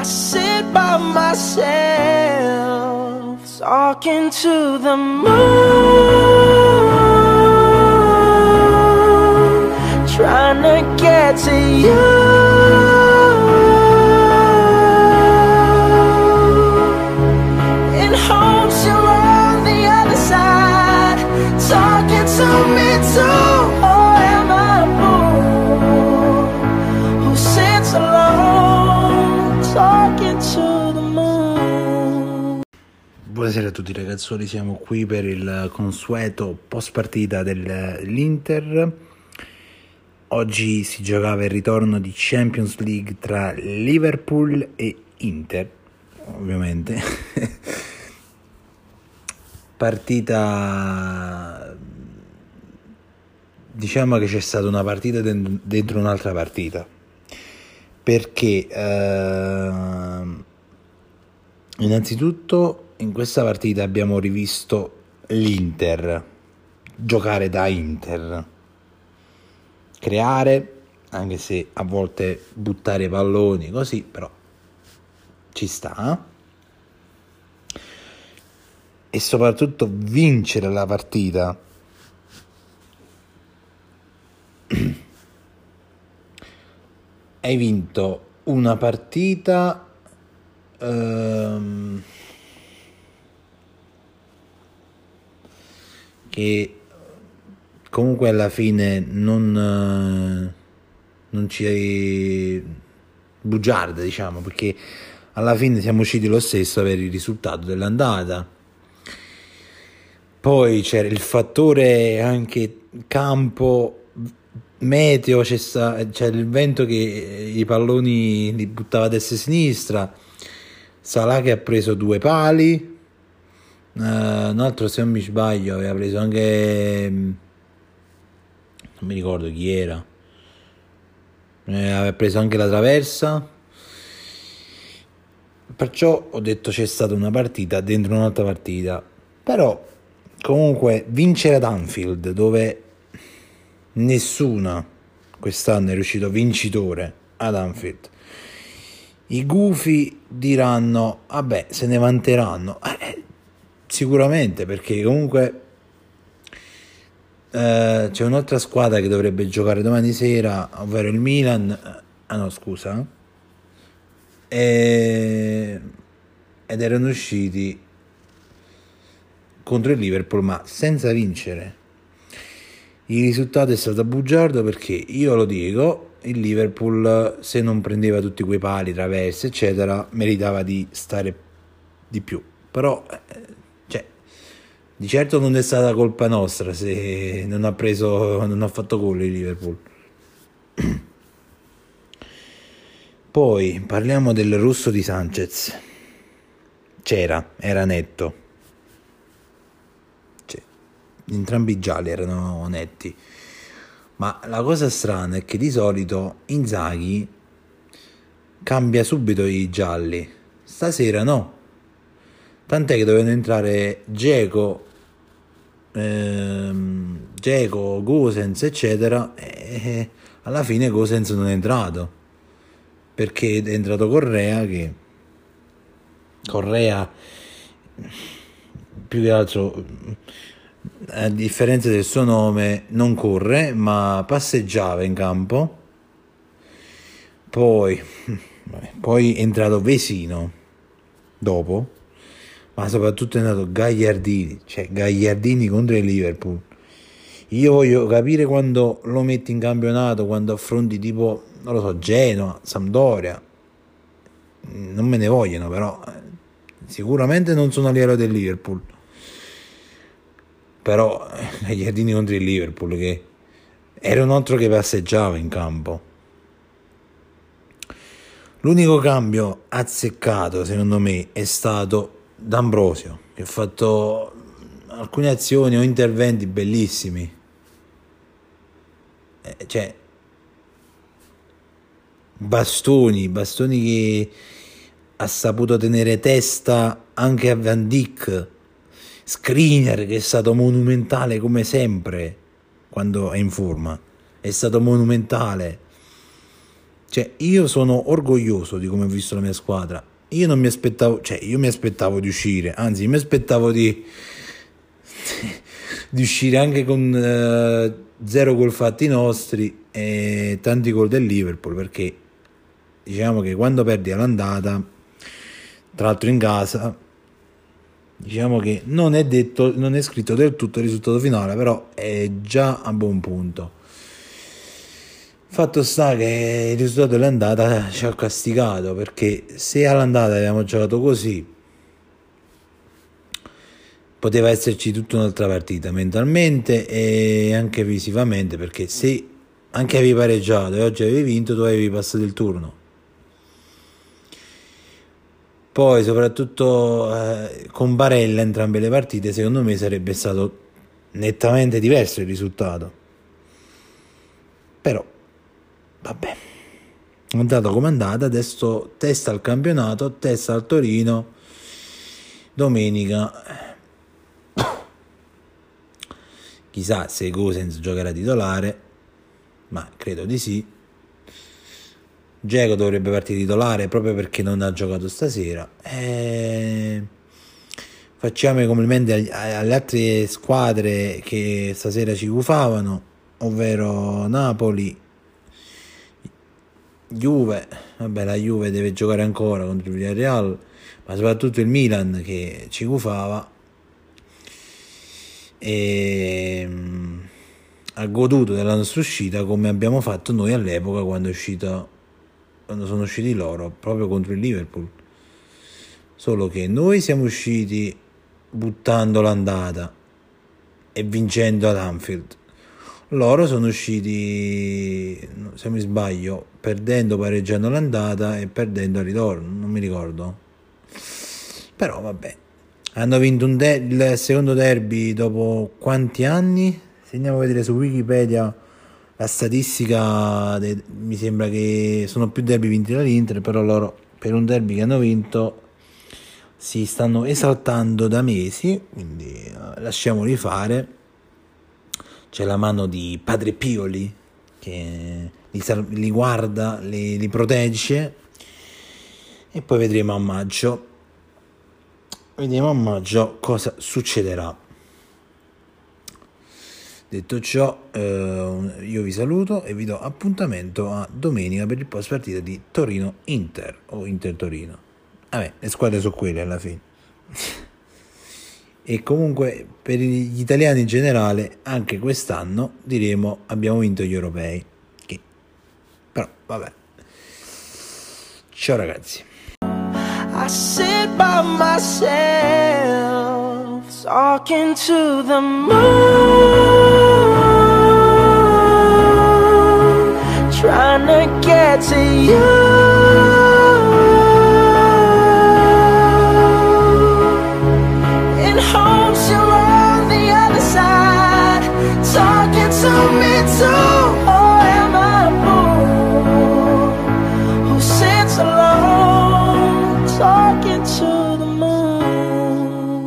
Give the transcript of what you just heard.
sit by myself, talking to the moon, trying to get to you. In hopes you're on the other side, talking to me too. Or am I a fool who sits alone, talking to the moon? Buonasera a tutti ragazzuoli, siamo qui per il consueto post partita dell'Inter. Oggi si giocava il ritorno di Champions League tra Liverpool e Inter, ovviamente. Partita, diciamo che c'è stata una partita dentro un'altra partita, perché innanzitutto in questa partita abbiamo rivisto l'Inter giocare da Inter, creare, anche se a volte buttare palloni così, però ci sta, e soprattutto vincere la partita. Hai vinto una partita che comunque alla fine non ci bugiarda, diciamo, perché alla fine siamo usciti lo stesso per il risultato dell'andata. Poi c'era il fattore anche campo, meteo, c'è il vento che i palloni li buttava a destra e a sinistra, Salah che ha preso 2 pali, un altro, se non mi sbaglio, aveva preso anche, non mi ricordo chi era, aveva preso anche la traversa. Perciò ho detto c'è stata una partita dentro un'altra partita. Però comunque vincere ad Anfield, dove nessuna quest'anno è riuscito vincitore ad Anfield, i gufi diranno vabbè, se ne vanteranno, sicuramente, perché comunque c'è un'altra squadra che dovrebbe giocare domani sera, ovvero il Milan, ed erano usciti contro il Liverpool ma senza vincere. Il risultato è stato bugiardo, perché io lo dico, il Liverpool, se non prendeva tutti quei pali, traverse eccetera, meritava di stare di più. Però di certo non è stata colpa nostra se non ha fatto gol il Liverpool. Poi parliamo del russo di Sanchez. Era netto, entrambi i gialli erano netti, ma la cosa strana è che di solito Inzaghi cambia subito i gialli, stasera no, tant'è che dovevano entrare Dzeko, Gosens eccetera, e alla fine Gosens non è entrato, perché è entrato Correa più che altro, a differenza del suo nome, non corre ma passeggiava in campo. Poi è entrato dopo, ma soprattutto è andato Gagliardini contro il Liverpool. Io voglio capire quando lo metti in campionato, quando affronti tipo, non lo so, Genoa, Sampdoria, non me ne vogliono, però sicuramente non sono a livello del Liverpool. Però Gagliardini contro il Liverpool, che era un altro che passeggiava in campo. L'unico cambio azzeccato secondo me è stato D'Ambrosio, che ha fatto alcune azioni o interventi bellissimi, bastoni che ha saputo tenere testa anche a Van Dijk, Skriniar che è stato monumentale come sempre quando è in forma, è stato monumentale, Cioè, io sono orgoglioso di come ho visto la mia squadra. Io non mi aspettavo, cioè, io mi aspettavo di uscire, anzi, mi aspettavo di uscire anche con 0 gol fatti nostri e tanti gol del Liverpool, perché diciamo che quando perdi all'andata, tra l'altro in casa, diciamo che non è detto, non è scritto del tutto il risultato finale, però è già a buon punto. Fatto sta che il risultato dell'andata ci ha castigato, perché se all'andata abbiamo giocato così, poteva esserci tutta un'altra partita mentalmente e anche visivamente, perché se anche avevi pareggiato e oggi avevi vinto, tu avevi passato il turno. Poi soprattutto con Barella entrambe le partite, secondo me sarebbe stato nettamente diverso il risultato, però vabbè, è andato come è andata. Adesso testa al campionato, testa al Torino domenica. Chissà se Gosens giocherà titolare, ma credo di sì. Dzeko dovrebbe partire titolare proprio perché non ha giocato stasera. Facciamo i complimenti alle altre squadre che stasera ci gufavano, ovvero Napoli, Juve. Vabbè, la Juve deve giocare ancora contro il Villarreal, ma soprattutto il Milan che ci gufava e ha goduto della nostra uscita come abbiamo fatto noi all'epoca quando sono usciti loro proprio contro il Liverpool, solo che noi siamo usciti buttando l'andata e vincendo ad Anfield. Loro sono usciti, se mi sbaglio, perdendo, pareggiando l'andata e perdendo al ritorno, non mi ricordo, però vabbè, hanno vinto il secondo derby dopo quanti anni? Se andiamo a vedere su Wikipedia la statistica, mi sembra che sono più derby vinti dall'Inter, però loro per un derby che hanno vinto si stanno esaltando da mesi, quindi lasciamoli fare. C'è la mano di Padre Pioli che li guarda, li protegge, e poi vedremo a maggio cosa succederà. Detto ciò, io vi saluto e vi do appuntamento a domenica per il post partita di Torino-Inter o Inter-Torino. Vabbè, le squadre sono quelle alla fine. E comunque per gli italiani in generale anche quest'anno diremo abbiamo vinto gli europei, che però vabbè. Ciao ragazzi. I sit by myself talking to the moon.